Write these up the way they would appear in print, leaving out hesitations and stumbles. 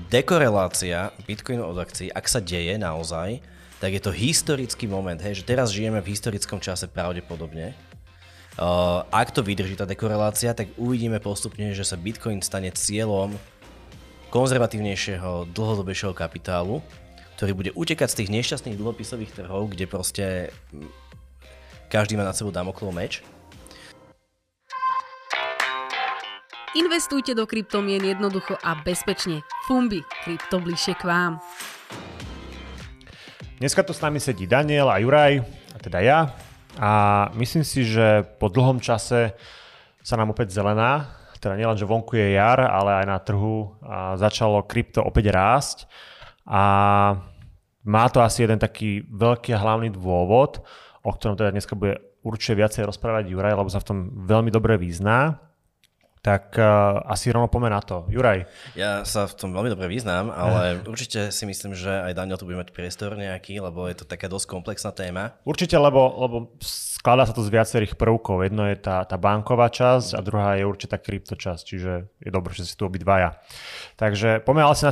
dekorelácia Bitcoinu od akcií, ak sa deje naozaj, tak je to historický moment, hej, že teraz žijeme v historickom čase pravdepodobne. Ak to vydrží tá dekorelácia, tak uvidíme postupne, že sa Bitcoin stane cieľom konzervatívnejšieho, dlhodobejšieho kapitálu, ktorý bude utekať z tých nešťastných dlhopisových trhov, kde proste každý má nad sebou Damoklov meč. Investujte do kryptomien jednoducho a bezpečne. Fumbi, krypto bližšie k vám. Dneska tu s nami sedí Daniel a Juraj, a teda ja. A myslím si, že po dlhom čase sa nám opäť zelená, teda nielen, že vonku je jar, ale aj na trhu začalo krypto opäť rásť. A má to asi jeden taký veľký a hlavný dôvod, o ktorom teda dneska bude určite viacej rozprávať Juraj, lebo sa v tom veľmi dobre vyzná. Tak asi rovno poďme na to. Juraj. Ja sa v tom veľmi dobre vyznám, ale určite si myslím, že aj Daniel tu bude mať priestor nejaký, lebo je to taká dosť komplexná téma. Určite, lebo skladá sa to z viacerých prvkov. Jedno je tá banková časť a druhá je určite tá kryptočasť, čiže je dobré, že si tu obidvaja. Takže poďme asi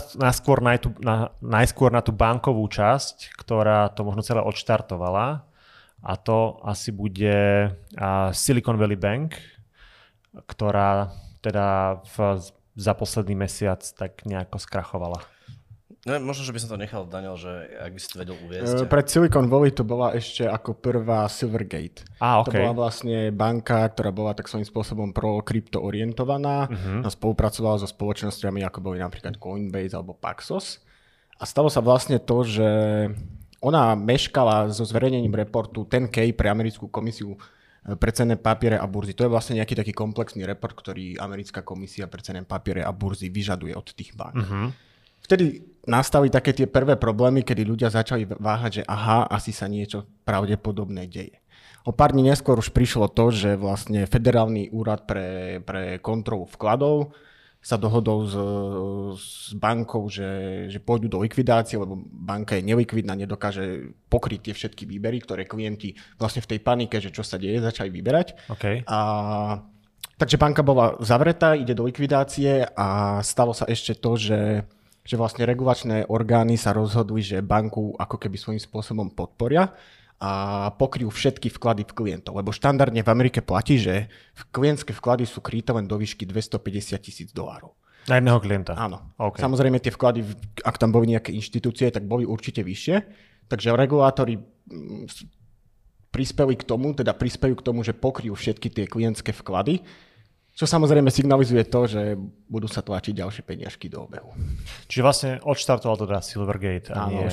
najskôr na tú bankovú časť, ktorá to možno celé odštartovala. A to asi bude Silicon Valley Bank, ktorá teda za posledný mesiac tak nejako skrachovala. No, možno, že by som to nechal, Daniel, že ak by si to vedel uviesť. Pred Silicon Valley to bola ešte ako prvá Silvergate. Okay. To bola vlastne banka, ktorá bola tak svojím spôsobom pro-krypto orientovaná. Spolupracovala so spoločnosťami, ako boli napríklad Coinbase alebo Paxos. A stalo sa vlastne to, že ona meškala so zverejnením reportu 10K pre americkú komisiu pre cenné papiere a burzy. To je vlastne nejaký taký komplexný report, ktorý americká komisia pre cenné papiere a burzy vyžaduje od tých bank. Vtedy nastali také tie prvé problémy, kedy ľudia začali váhať, že asi sa niečo pravdepodobné deje. O pár dní neskôr už prišlo to, že vlastne Federálny úrad pre kontrolu vkladov sa dohodol s bankou, že pôjdu do likvidácie, lebo banka je nelikvidná, nedokáže pokryť tie všetky výbery, ktoré klienti vlastne v tej panike, že čo sa deje, začali vyberať. Okay. Takže banka bola zavretá, ide do likvidácie a stalo sa ešte to, že vlastne regulačné orgány sa rozhodli, že banku ako keby svojím spôsobom podporia a pokryjú všetky vklady v klientov. Lebo štandardne v Amerike platí, že klientské vklady sú kryté len do výšky $250,000. Na jedného klienta? Áno. Okay. Samozrejme tie vklady, ak tam boli nejaké inštitúcie, tak boli určite vyššie. Takže regulátori prispejú k tomu, že pokryjú všetky tie klientské vklady, čo samozrejme signalizuje to, že budú sa tlačiť ďalšie peniažky do obehu. Čiže vlastne odštartoval to teda Silvergate a nie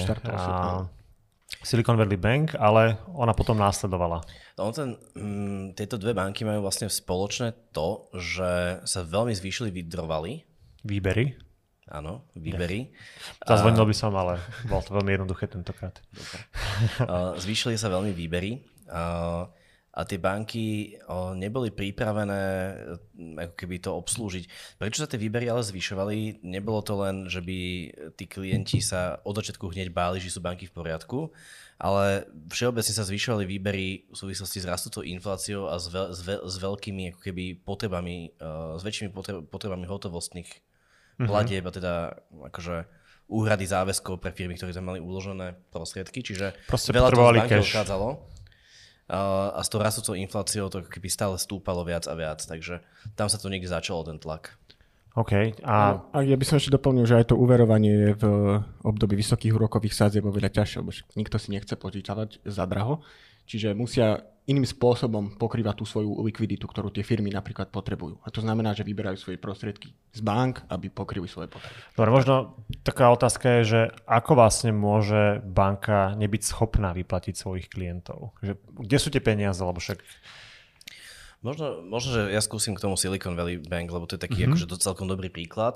Silicon Valley Bank, ale ona potom následovala. Tieto dve banky majú vlastne spoločné to, že sa veľmi zvýšili Výbery? Áno, výbery. Zazvonil by som, ale bolo to veľmi jednoduché tentokrát. Zvýšili sa veľmi výbery a tie banky neboli pripravené ako keby to obslúžiť. Prečo sa tie výbery ale zvyšovali? Nebolo to len, že by tí klienti sa od začiatku hneď báli, že sú banky v poriadku, ale všeobecne sa zvyšovali výbery v súvislosti s rastúcou infláciou a s veľkými ako keby potrebami, s väčšími potrebami hotovostných platieb a teda akože úhrady záväzkov pre firmy, ktoré tam mali uložené prostriedky. Čiže proste veľa toho z banky cash odchádzalo. A s tou rastúcou infláciou to keby stále stúpalo viac a viac, takže tam sa to niekde začalo, ten tlak. OK. A ja by som ešte doplnil, že aj to úverovanie v období vysokých úrokových sadzieb je oveľa ťažšie, lebo nikto si nechce požičavať za draho, čiže musia iným spôsobom pokrývať tú svoju likviditu, ktorú tie firmy napríklad potrebujú. A to znamená, že vyberajú svoje prostriedky z bank, aby pokryli svoje potreby. Dobre, možno taká otázka je, že ako vlastne môže banka nebyť schopná vyplatiť svojich klientov? Kde sú tie peniaze? Lebo však... Možno, že ja skúsim k tomu Silicon Valley Bank, lebo to je taký akože celkom dobrý príklad.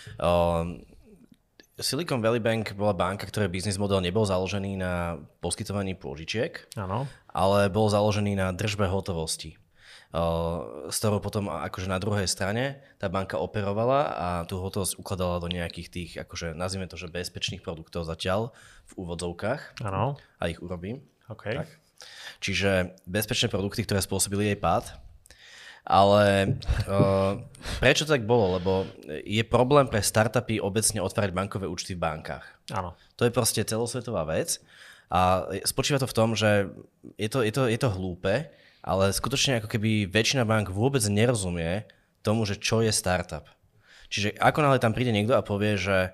Silicon Valley Bank bola banka, ktorej biznis model nebol založený na poskytovaní pôžičiek, ale bol založený na držbe hotovosti. S ktorou potom akože na druhej strane tá banka operovala a tú hotovosť ukladala do nejakých tých, akože nazvime to, že bezpečných produktov zatiaľ v úvodzovkách. Áno. A ich urobím. Okay. Tak. Čiže bezpečné produkty, ktoré spôsobili jej pád. Ale prečo to tak bolo? Lebo je problém pre startupy obecne otvárať bankové účty v bankách. Áno. To je proste celosvetová vec a spočíva to v tom, že je to hlúpe, ale skutočne ako keby väčšina bank vôbec nerozumie tomu, že čo je startup. Čiže ako náhle tam príde niekto a povie, že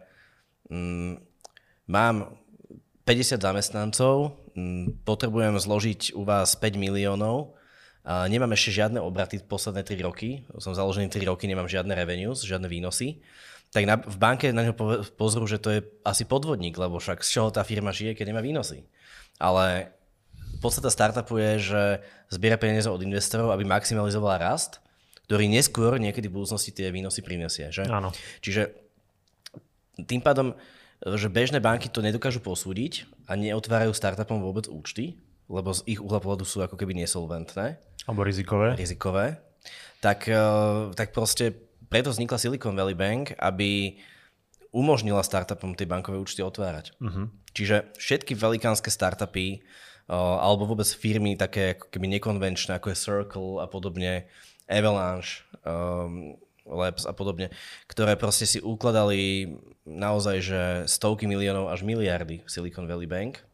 mám 50 zamestnancov, potrebujem zložiť u vás 5 miliónov, nemám ešte žiadne obraty posledné 3 roky, som založený 3 roky, nemám žiadne revenues, žiadne výnosy, tak v banke na ňo pozrú, že to je asi podvodník, lebo však z čoho tá firma žije, keď nemá výnosy. Ale podstata startupu je, že zbiera peniaze od investorov, aby maximalizoval rast, ktorý neskôr niekedy v budúcnosti tie výnosy prinesie. Že? Áno. Čiže tým pádom, že bežné banky to nedokážu posúdiť a neotvárajú startupom vôbec účty, lebo z ich uhla pohľadu sú ako keby nesolventné. Alebo rizikové. Tak proste preto vznikla Silicon Valley Bank, aby umožnila startupom tie bankové účty otvárať. Čiže všetky velikánske startupy alebo vôbec firmy také ako keby nekonvenčné, ako je Circle a podobne, Avalanche, Labs a podobne, ktoré proste si ukladali naozaj že stovky miliónov až miliardy v Silicon Valley Bank.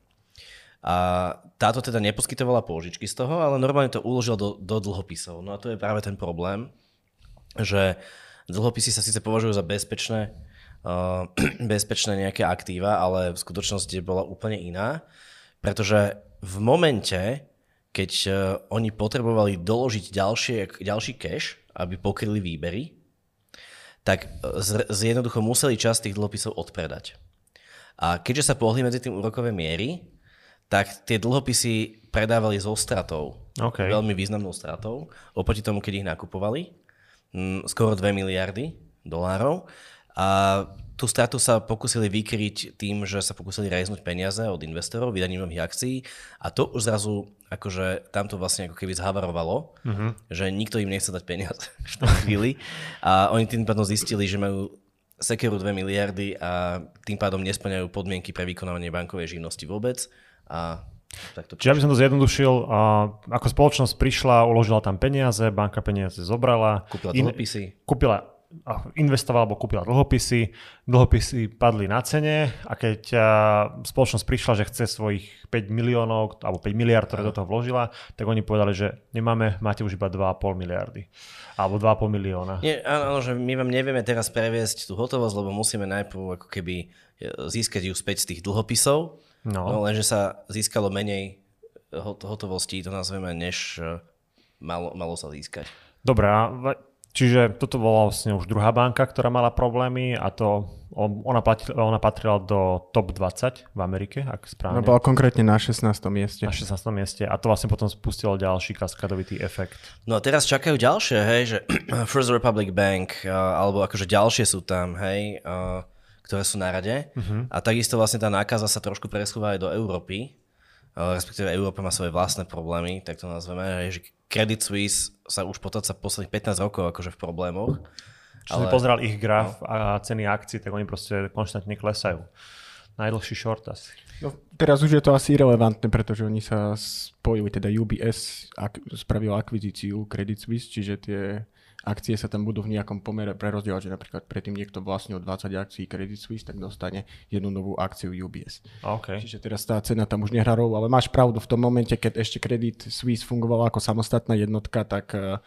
A táto teda neposkytovala pôžičky z toho, ale normálne to uložila do dlhopisov. No a to je práve ten problém, že dlhopisy sa síce považujú za bezpečné nejaké aktíva, ale v skutočnosti bola úplne iná, pretože v momente, keď oni potrebovali doložiť ďalší cash, aby pokryli výbery, tak jednoducho museli časť tých dlhopisov odpredať. A keďže sa pohli medzi tým úrokové miery, tak tie dlhopisy predávali so stratou. Okay. Veľmi významnou stratou. Oproti tomu, keď ich nakupovali. Skoro 2 miliardy dolárov. A tú stratu sa pokúsili vykryť tým, že sa pokúsili rejznúť peniaze od investorov, vydaním nových akcií. A to už zrazu, akože tam to vlastne ako keby zhavarovalo, že nikto im nechce dať peniaze v tej chvíli. A oni tým pádom zistili, že majú sekeru 2 miliardy a tým pádom nesplňajú podmienky pre vykonávanie bankovej živnosti vôbec. Čiže aby som to zjednodušil, ako spoločnosť prišla, uložila tam peniaze, banka peniaze zobrala. Kúpila dlhopisy. Investovala alebo kúpila dlhopisy padli na cene a keď spoločnosť prišla, že chce svojich 5 miliónov alebo 5 miliard, ktoré do toho vložila, tak oni povedali, že máte už iba 2,5 miliardy alebo 2,5 milióna. Nie, áno, že my vám nevieme teraz previesť tú hotovosť, lebo musíme najprv ako keby získať ju späť z tých dlhopisov, no lenže sa získalo menej hotovosti, to nazveme, než malo sa získať. Dobre, čiže toto bola vlastne už druhá banka, ktorá mala problémy a ona patrila do top 20 v Amerike, ak správne. Ona bola konkrétne na 16. mieste. Na 16. mieste a to vlastne potom spustilo ďalší kaskadovitý efekt. No a teraz čakajú ďalšie, hej, že First Republic Bank, alebo akože ďalšie sú tam, hej, ktoré sú na rade. A takisto vlastne tá nákaza sa trošku presúva aj do Európy. Respektíve Európa má svoje vlastné problémy, tak to nazveme, že Credit Suisse sa už potáca posledných 15 rokov akože v problémoch. Čo si pozeral ich graf a ceny akcií, tak oni proste konštantne klesajú. Najdlhší short asi. No, teraz už je to asi irelevantné, pretože oni sa spojili, teda UBS spravil akvizíciu Credit Suisse, čiže tie akcie sa tam budú v nejakom pomere prerozdieľať, že napríklad predtým niekto vlastnil 20 akcií Credit Suisse, tak dostane jednu novú akciu UBS. Okay. Čiže teraz tá cena tam už nehrá rolu, ale máš pravdu, v tom momente, keď ešte Credit Suisse fungovala ako samostatná jednotka, tak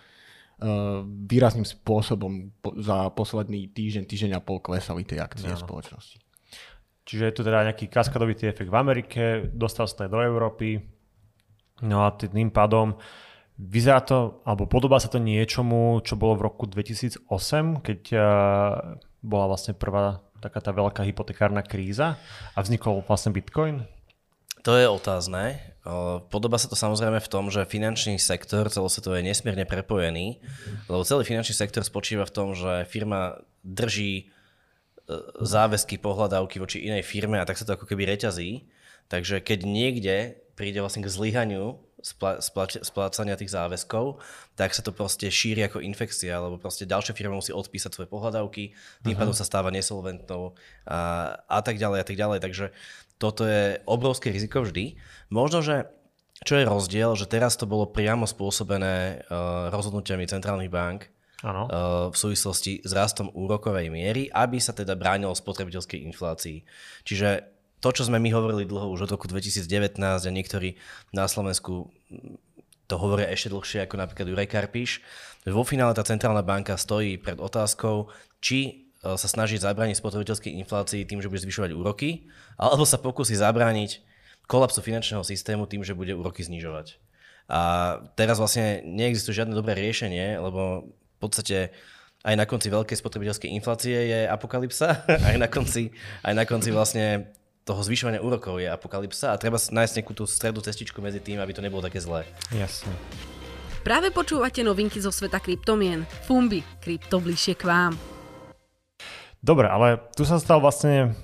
výrazným spôsobom za posledný týždeň a pol klesali tie akcie spoločnosti. Čiže je tu teda nejaký kaskadovitý efekt v Amerike, dostal sa do Európy, no a tým pádom vyzerá to, alebo podobá sa to niečomu, čo bolo v roku 2008, keď bola vlastne prvá taká tá veľká hypotekárna kríza a vznikol vlastne Bitcoin? To je otázne. Podobá sa to samozrejme v tom, že finančný sektor celosvetovo je nesmierne prepojený, lebo celý finančný sektor spočíva v tom, že firma drží záväzky, pohľadávky voči inej firme a tak sa to ako keby reťazí. Takže keď niekde príde vlastne k zlyhaniu splácania tých záväzkov, tak sa to proste šíri ako infekcia, lebo proste ďalšia firma musí odpísať svoje pohľadávky, tým pádom sa stáva nesolventnou a tak ďalej a tak ďalej. Takže toto je obrovské riziko vždy. Možno, že Čo je rozdiel, že teraz to bolo priamo spôsobené rozhodnutiami centrálnych bank v súvislosti s rastom úrokovej miery, aby sa teda bránilo spotrebiteľskej inflácii. Čiže to, čo sme my hovorili dlho už od roku 2019 a niektorí na Slovensku to hovoria ešte dlhšie ako napríklad Juraj Karpiš, vo finále tá centrálna banka stojí pred otázkou, či sa snaží zabrániť spotrebiteľskej inflácii tým, že bude zvyšovať úroky, alebo sa pokúsi zabrániť kolapsu finančného systému tým, že bude úroky znižovať. A teraz vlastne neexistuje žiadne dobré riešenie, lebo v podstate aj na konci veľkej spotrebiteľskej inflácie je apokalypsa, aj na konci vlastne toho zvyšovania úrokov je apokalypsa a treba nájsť nejakú tú strednú cestičku medzi tým, aby to nebolo také zlé. Jasne. Práve počúvate novinky zo sveta kryptomien. Fumbi, krypto bližšie k vám. Dobre, ale tu sa stal vlastne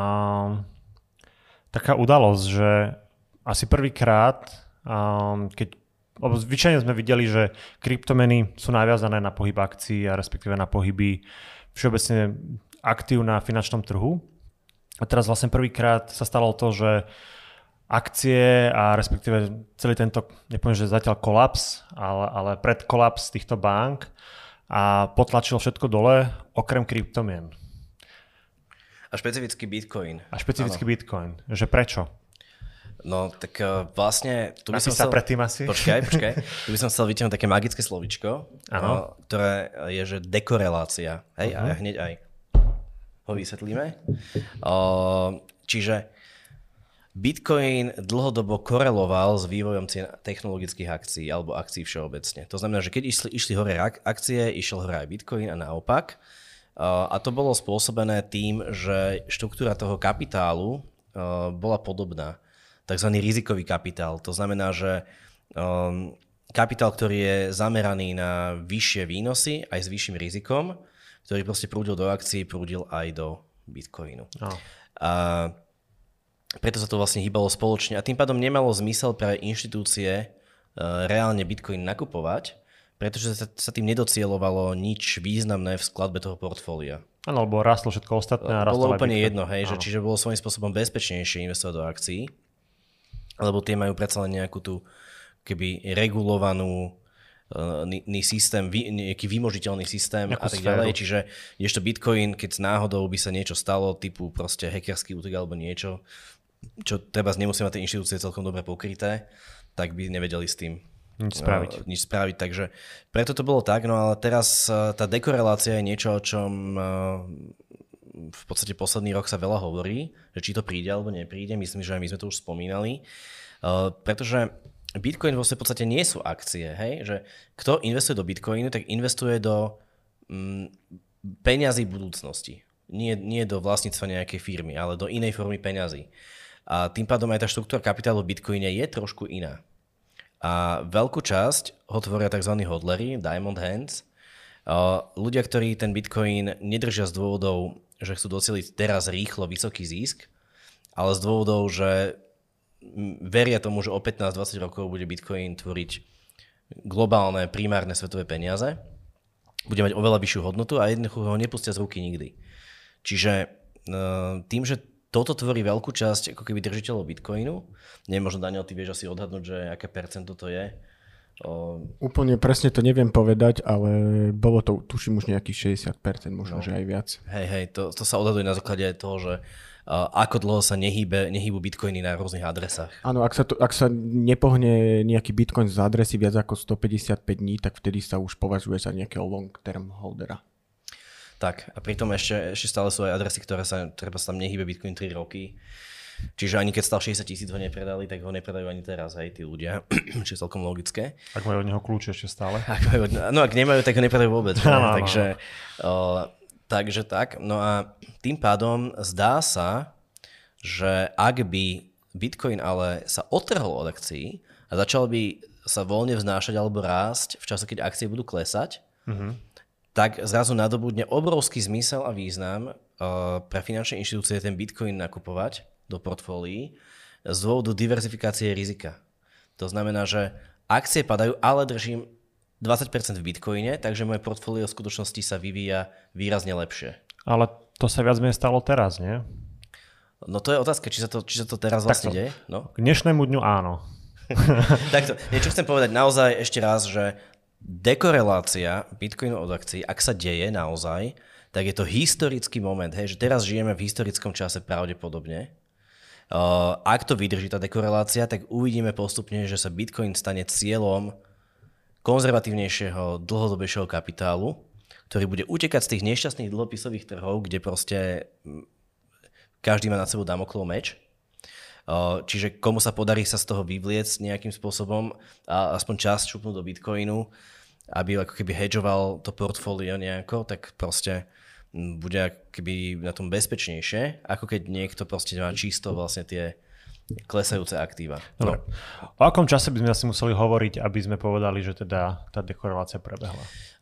taká udalosť, že asi prvýkrát, keď zvyčajne sme videli, že kryptomeny sú naviazané na pohyb akcií a respektíve na pohyby všeobecne aktív na finančnom trhu. A teraz vlastne prvýkrát sa stalo to, že akcie a respektíve celý tento, nepoviem, že zatiaľ kolaps, ale predkolaps týchto bank a potlačilo všetko dole, okrem kryptomien. A špecificky Bitcoin. Bitcoin. Že prečo? No, tak vlastne... Tu by som sa predtým asi? Počkaj. Tu by som chcel vytiahnuť také magické slovíčko, ktoré je, že dekorelácia. Hej, a hneď aj ho vysvetlíme. Čiže Bitcoin dlhodobo koreloval s vývojom cien technologických akcií alebo akcií všeobecne. To znamená, že keď išli hore akcie, išiel hore aj Bitcoin a naopak. A to bolo spôsobené tým, že štruktúra toho kapitálu bola podobná. Takzvaný rizikový kapitál. To znamená, že kapitál, ktorý je zameraný na vyššie výnosy aj s vyšším rizikom, ktorý proste prúdil do akcií, prúdil aj do Bitcoinu. A preto sa to vlastne hýbalo spoločne a tým pádom nemalo zmysel pre inštitúcie reálne Bitcoin nakupovať, pretože sa tým nedocielovalo nič významné v skladbe toho portfólia. Áno, lebo rastlo všetko ostatné a rastlo bolo úplne Bitcoin. jedno, hej, že čiže bolo svojím spôsobom bezpečnejšie investovať do akcií, lebo tie majú predsa len nejakú tú keby regulovanú systém, nejaký vymožiteľný systém a tak ďalej. Čiže ešte Bitcoin, keď náhodou by sa niečo stalo, typu proste hackerský útok alebo niečo, čo treba nemusí mať tie inštitúcie celkom dobre pokryté, tak by nevedeli s tým nič spraviť. Takže preto to bolo tak, no ale teraz tá dekorelácia je niečo, o čom v podstate posledný rok sa veľa hovorí, že či to príde alebo nepríde, myslím, že aj my sme to už spomínali, pretože Bitcoin v podstate nie sú akcie, hej? Že kto investuje do Bitcoinu, tak investuje do peňazí budúcnosti. Nie do vlastníctva nejakej firmy, ale do inej formy peňazí. A tým pádom aj tá štruktúra kapitálu v Bitcoine je trošku iná. A veľkú časť ho tvoria tzv. Hodlery, diamond hands. Ľudia, ktorí ten Bitcoin nedržia z dôvodov, že chcú docieliť teraz rýchlo vysoký zisk, ale z dôvodov, že veria tomu, že o 15-20 rokov bude Bitcoin tvoriť globálne, primárne svetové peniaze, bude mať oveľa vyššiu hodnotu a jednoducho ho nepustia z ruky nikdy. Čiže tým, že toto tvorí veľkú časť ako keby držiteľov Bitcoinu, možno Daniel, ty vieš asi odhadnúť, že aké percento to je? Úplne presne to neviem povedať, ale bolo to, tuším, už nejakých 60%, možno, že aj viac. Hej, to sa odhaduje na základe toho, že ako dlho sa nehýbu bitcoiny na rôznych adresách. Áno, ak sa nepohne nejaký bitcoin z adresy viac ako 155 dní, tak vtedy sa už považuje za nejakého long-term holdera. Tak, a pritom ešte stále sú aj adresy, ktoré sa tam nehýbe bitcoin 3 roky. Čiže ani keď stal 60 000 ho nepredali, tak ho nepredajú ani teraz, hej, tí ľudia, čo je celkom logické. Ak majú od neho kľúče ešte stále. Ak nemajú, tak ho nepredajú vôbec. Takže tak. No a tým pádom zdá sa, že ak by Bitcoin ale sa otrhol od akcií a začal by sa voľne vznášať alebo rásť v čase, keď akcie budú klesať, tak zrazu nadobudne obrovský zmysel a význam pre finančné inštitúcie ten Bitcoin nakupovať do portfólií z dôvodu diverzifikácie rizika. To znamená, že akcie padajú, ale držím 20% v Bitcoine, takže moje portfólio v skutočnosti sa vyvíja výrazne lepšie. Ale to sa viac menej stalo teraz, nie? No to je otázka, či sa to teraz vlastne deje. No? K dnešnému dňu áno. Takto, niečo chcem povedať naozaj ešte raz, že dekorelácia Bitcoinu od akcií, ak sa deje naozaj, tak je to historický moment, hej, že teraz žijeme v historickom čase pravdepodobne. Ak to vydrží tá dekorelácia, tak uvidíme postupne, že sa Bitcoin stane cieľom konzervatívnejšieho, dlhodobejšieho kapitálu, ktorý bude utekať z tých nešťastných dlhopisových trhov, kde proste každý má nad sebou Damoklov meč. Čiže komu sa podarí sa z toho vyvliecť nejakým spôsobom a aspoň časť šupnúť do Bitcoinu, aby ako keby hedžoval to portfólio nejako, tak proste bude ako keby na tom bezpečnejšie, ako keď niekto proste má čisto vlastne tie klesajúce aktíva. Dobre. O akom čase by sme asi museli hovoriť, aby sme povedali, že teda tá dekorelácia prebehla?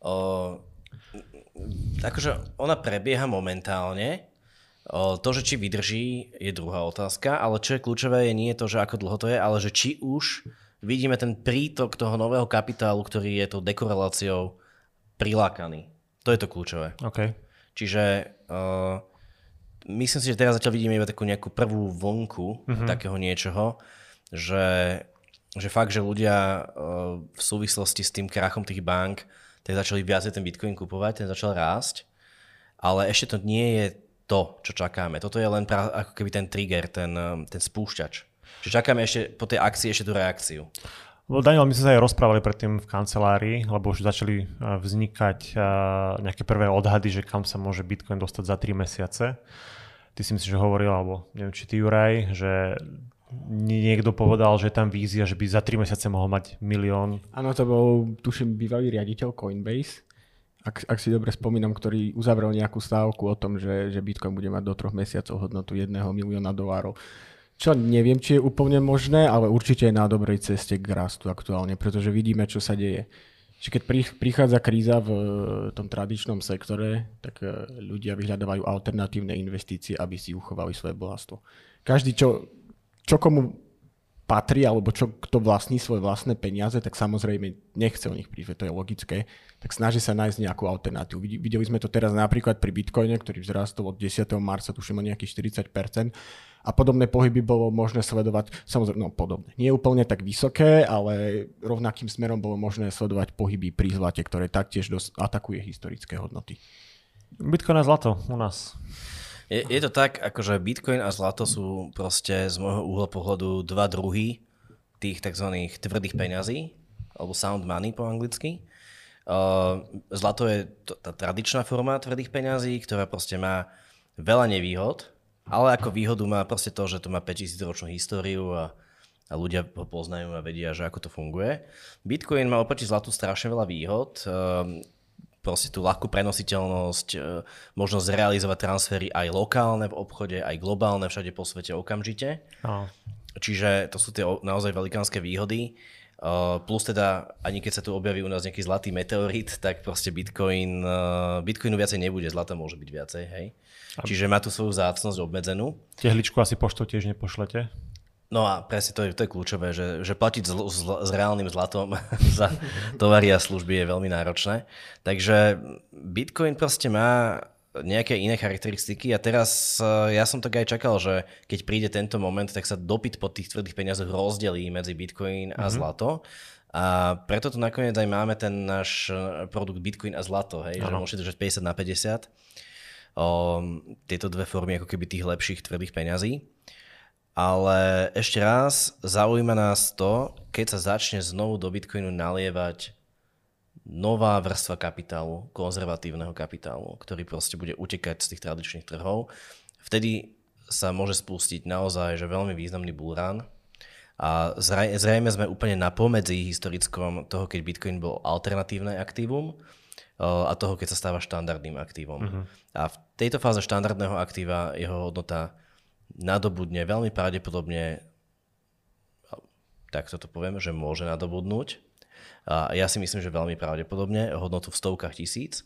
Akože ona prebieha momentálne. To, že či vydrží, je druhá otázka, ale čo je kľúčové, je nie to, že ako dlho to je, ale že či už vidíme ten prítok toho nového kapitálu, ktorý je tou dekoreláciou prilákaný. To je to kľúčové. Okay. Čiže myslím si, že teraz zatiaľ vidíme iba takú nejakú prvú vlnku takého niečoho, že fakt, že ľudia v súvislosti s tým krachom tých bank tak začali viacej ten Bitcoin kupovať, ten začal rásť, ale ešte to nie je to, čo čakáme. Toto je len ako keby ten trigger, ten spúšťač. Čiže čakáme ešte po tej akcii ešte tú reakciu. Daniel, my sme sa aj rozprávali predtým v kancelárii, lebo už začali vznikať nejaké prvé odhady, že kam sa môže Bitcoin dostať za 3 mesiace. Ty si myslíš, že hovoril, alebo neviem, či ty, Juraj, že niekto povedal, že je tam vízia, že by za 3 mesiace mohol mať 1 000 000. Áno, to bol, tuším, bývalý riaditeľ Coinbase, ak si dobre spomínam, ktorý uzavrel nejakú stávku o tom, že Bitcoin bude mať do 3 mesiacov hodnotu $1 milióna. Čo neviem, či je úplne možné, ale určite je na dobrej ceste k rastu aktuálne, pretože vidíme, čo sa deje. Čiže keď prichádza kríza v tom tradičnom sektore, tak ľudia vyhľadávajú alternatívne investície, aby si uchovali svoje bohatstvo. Každý, čo komu patrí, alebo kto vlastní svoje vlastné peniaze, tak samozrejme nechce o nich prísť, to je logické, tak snaží sa nájsť nejakú alternatívu. Videli sme to teraz napríklad pri Bitcoine, ktorý vzrastol od 10. marca, tuším o nejakých 40%, a podobné pohyby bolo možné sledovať, samozrejme, no podobné. Nie úplne tak vysoké, ale rovnakým smerom bolo možné sledovať pohyby pri zlate, ktoré taktiež atakuje historické hodnoty. Bitcoin a zlato u nás. Je to tak, akože Bitcoin a zlato sú proste z môjho uhla pohľadu dva druhy tých tzv. Tvrdých peňazí, alebo sound money po anglicky. Zlato je tá tradičná forma tvrdých peňazí, ktorá proste má veľa nevýhod, ale ako výhodu má proste to, že to má 5000 ročnú históriu a ľudia ho poznajú a vedia, že ako to funguje. Bitcoin má oproti zlatu strašne veľa výhod, proste tú ľahkú prenositeľnosť, možnosť realizovať transfery aj lokálne v obchode, aj globálne všade po svete okamžite. Oh. Čiže to sú tie naozaj velikánske výhody. Plus teda, ani keď sa tu objaví u nás nejaký zlatý meteorit, tak proste Bitcoinu viacej nebude, zlata môže byť viacej, hej. Čiže má tu svoju vzácnosť obmedzenú. Tehličku asi poštou tiež nepošlete? No a presne to je kľúčové, že platiť s reálnym zlatom za tovary a služby je veľmi náročné. Takže Bitcoin proste má nejaké iné charakteristiky a teraz ja som tak aj čakal, že keď príde tento moment, tak sa dopyt po tých tvrdých peniazoch rozdelí medzi Bitcoin a zlato. A preto tu nakoniec aj máme ten náš produkt Bitcoin a zlato, hej, že môžete držať 50/50. Tieto dve formy ako keby tých lepších tvrdých peňazí. Ale ešte raz, zaujíma nás to, keď sa začne znovu do Bitcoinu nalievať nová vrstva kapitálu, konzervatívneho kapitálu, ktorý proste bude utekať z tých tradičných trhov. Vtedy sa môže spustiť naozaj že veľmi významný bullrun. A zrejme sme úplne na pomedzi historickom toho, keď Bitcoin bol alternatívne aktívum a toho, keď sa stáva štandardným aktívom. A v tejto fáze štandardného aktíva jeho hodnota nadobudne veľmi pravdepodobne, tak toto poviem, že môže nadobudnúť. A ja si myslím, že veľmi pravdepodobne hodnotu v stovkách tisíc,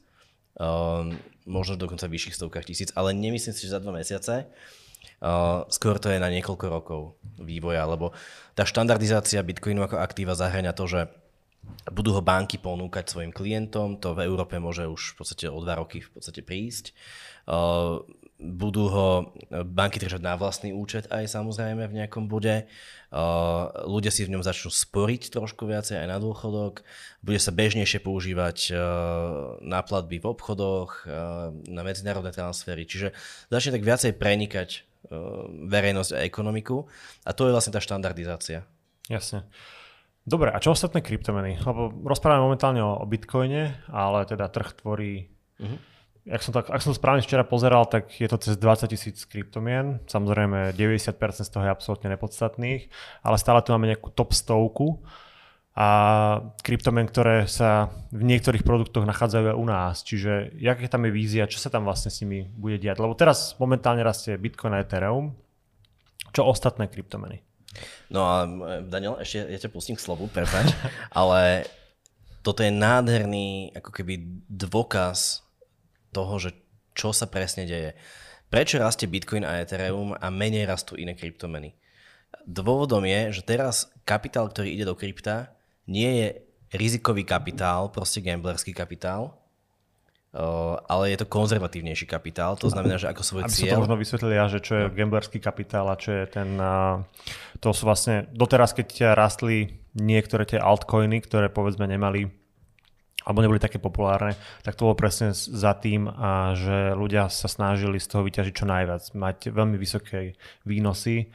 možno dokonca vyšších stovkách tisíc, ale nemyslím si, že za 2 mesiace. Skôr to je na niekoľko rokov vývoja, lebo tá štandardizácia Bitcoinu ako aktíva zahŕňa to, že budú ho banky ponúkať svojim klientom, to v Európe môže už v podstate o 2 roky v podstate prísť. Budú ho banky držať na vlastný účet aj samozrejme v nejakom bude. Ľudia si v ňom začnú sporiť trošku viacej aj na dôchodok. Bude sa bežnejšie používať na platby v obchodoch, na medzinárodné transfery. Čiže začne tak viacej prenikať verejnosť a ekonomiku. A to je vlastne tá štandardizácia. Jasne. Dobre, a čo ostatné kryptomeny? Lebo rozprávame momentálne o Bitcoine, ale teda trh tvorí... Ak som to správne včera pozeral, tak je to cez 20 000 kryptomien. Samozrejme 90% z toho je absolútne nepodstatných, ale stále tu máme nejakú top 100 a kryptomien, ktoré sa v niektorých produktoch nachádzajú aj u nás. Čiže jaká tam je vízia, čo sa tam vlastne s nimi bude diať? Lebo teraz momentálne rastie Bitcoin a Ethereum. Čo ostatné kryptomeny? No a Daniel, ešte ja ťa pustím k slovu, prepáč, ale toto je nádherný ako keby dôkaz toho, že čo sa presne deje. Prečo rastie Bitcoin a Ethereum a menej rastú iné kryptomeny? Dôvodom je, že teraz kapitál, ktorý ide do krypta, nie je rizikový kapitál, proste gamblerský kapitál, ale je to konzervatívnejší kapitál. To znamená, že ako svoj aby cieľ... Aby som to možno vysvetlil ja, že čo je gamblerský kapitál a čo je ten... To sú vlastne... Doteraz, keď rastli niektoré tie altcoiny, ktoré povedzme nemali alebo neboli také populárne, tak to bolo presne za tým, že ľudia sa snažili z toho vyťažiť čo najviac, mať veľmi vysoké výnosy.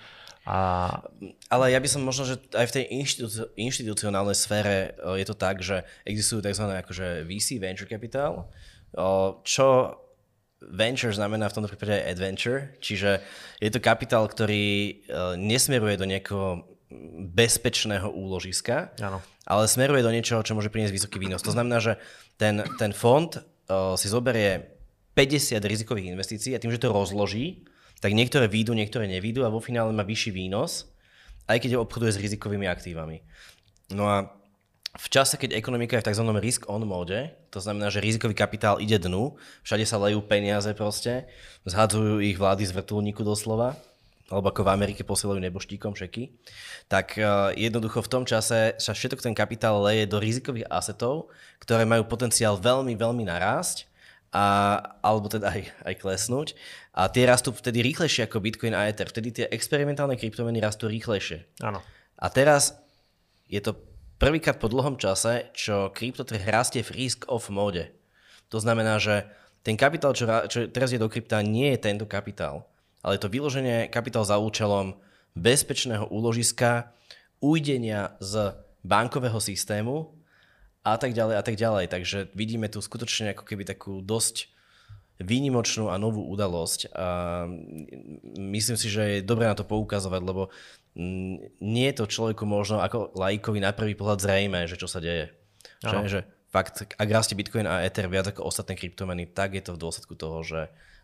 Ale ja by som možno, že aj v tej inštitucionálnej sfére je to tak, že existujú tzv. Akože VC, venture capital, čo venture znamená v tomto prípade adventure, čiže je to kapitál, ktorý nesmeruje do nejakého bezpečného úložiska, áno, ale smeruje do niečoho, čo môže priniesť vysoký výnos. To znamená, že ten fond si zoberie 50 rizikových investícií a tým, že to rozloží, tak niektoré výjdu, niektoré nevídu a vo finále má vyšší výnos, aj keď obchoduje s rizikovými aktívami. No a v čase, keď ekonomika je v tzv. Risk-on móde, to znamená, že rizikový kapitál ide dnu, všade sa lejú peniaze proste, zhadzujú ich vlády z vrtuľníku doslova, alebo ako v Amerike posielajú neboštíkom šeky, tak jednoducho v tom čase sa všetok ten kapitál leje do rizikových asetov, ktoré majú potenciál veľmi, veľmi narásť, alebo teda aj klesnúť. A tie rastú vtedy rýchlejšie ako Bitcoin a Ether. Vtedy tie experimentálne kryptomeny rastú rýchlejšie. Áno. A teraz je to prvýkrát po dlhom čase, čo kryptotrh rastie v risk-off móde. To znamená, že ten kapitál, čo teraz je do krypta, nie je tento kapitál, ale je to vyloženie kapitál za účelom bezpečného úložiska, ujdenia z bankového systému a tak ďalej a tak ďalej. Takže vidíme tu skutočne ako keby takú dosť výnimočnú a novú udalosť. A myslím si, že je dobré na to poukazovať, lebo nie je to človeku možno ako laikovi na prvý pohľad zrejmé, že čo sa deje. Že fakt, ak rastie Bitcoin a Ether viac ako ostatné kryptomeny, tak je to v dôsledku toho, že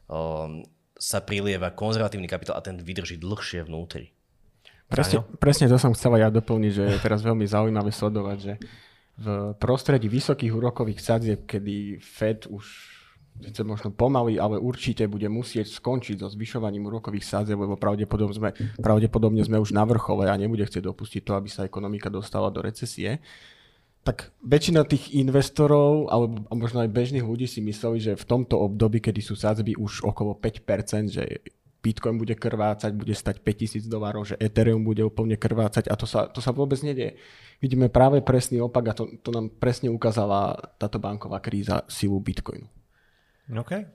sa prilieva konzervatívny kapitál a ten vydrží dlhšie vnútri. Presne to som chcel ja doplniť, že je teraz veľmi zaujímavé sledovať, že v prostredí vysokých úrokových sadzieb, kedy Fed už možno pomaly, ale určite bude musieť skončiť so zvyšovaním úrokových sadzieb, lebo pravdepodobne sme už na vrchole a nebude chcieť dopustiť to, aby sa ekonomika dostala do recesie, tak väčšina tých investorov, alebo možno aj bežných ľudí si mysleli, že v tomto období, kedy sú sadzby už okolo 5%, že Bitcoin bude krvácať, bude stať $5,000, že Ethereum bude úplne krvácať a to sa vôbec nedieje. Vidíme práve presný opak a to nám presne ukázala táto banková kríza silu Bitcoinu. OK.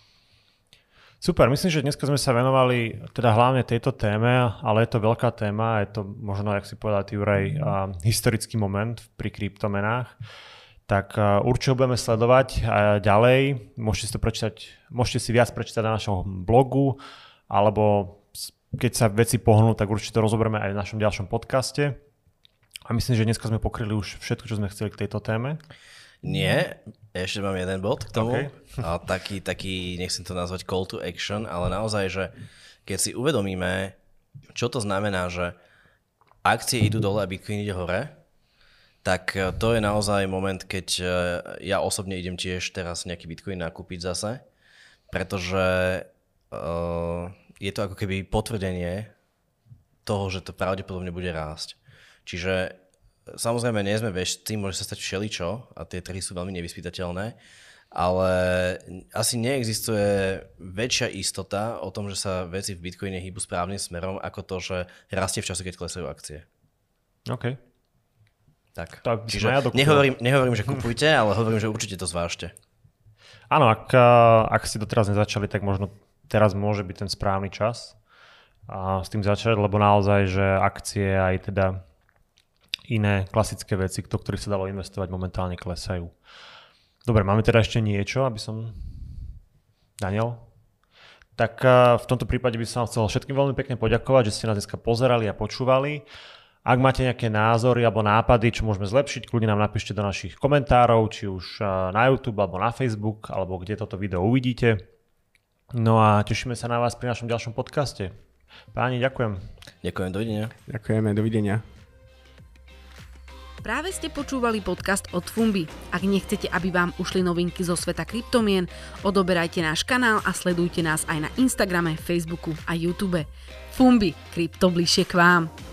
Super, myslím, že dneska sme sa venovali teda hlavne tejto téme, ale je to veľká téma, je to možno, jak si povedal ty, Juraj, historický moment pri kryptomenách. Tak určite budeme sledovať ďalej. Môžete si viac prečítať na našom blogu, alebo keď sa veci pohnú, tak určite to rozoberieme aj v našom ďalšom podcaste. A myslím, že dneska sme pokryli už všetko, čo sme chceli k tejto téme. Nie, ešte mám jeden bod k tomu. Okay. Taký, nechcem to nazvať call to action, ale naozaj, že keď si uvedomíme, čo to znamená, že akcie idú dole a Bitcoin ide hore, tak to je naozaj moment, keď ja osobne idem tiež teraz nejaký Bitcoin nakúpiť zase, pretože je to ako keby potvrdenie toho, že to pravdepodobne bude rásť. Čiže samozrejme nie sme veštci, môže sa stať všeličo a tie trhy sú veľmi nevyspytateľné, ale asi neexistuje väčšia istota o tom, že sa veci v Bitcoine hýbu správnym smerom, ako to, že rastie v čase, keď klesajú akcie. OK. Tak. Čiže nehovorím, že kupujte, ale hovorím, že určite to zvážte. Áno, ak ste doteraz nezačali, tak možno teraz môže byť ten správny čas a s tým začať, lebo naozaj, že akcie aj teda iné klasické veci, do ktorých sa dalo investovať, momentálne klesajú. Dobre, máme teda ešte niečo, aby som... Daniel? Tak v tomto prípade by som chcel všetkým veľmi pekne poďakovať, že ste nás dneska pozerali a počúvali. Ak máte nejaké názory alebo nápady, čo môžeme zlepšiť, kľudne nám napíšte do našich komentárov, či už na YouTube alebo na Facebook, alebo kde toto video uvidíte. No a tešíme sa na vás pri našom ďalšom podcaste. Páni, ďakujem. Ďakujem, dovidenia. Ďakujeme, dovidenia. Práve ste počúvali podcast od Fumbi. Ak nechcete, aby vám ušli novinky zo sveta kryptomien, odoberajte náš kanál a sledujte nás aj na Instagrame, Facebooku a YouTube. Fumbi, krypto bližšie k vám.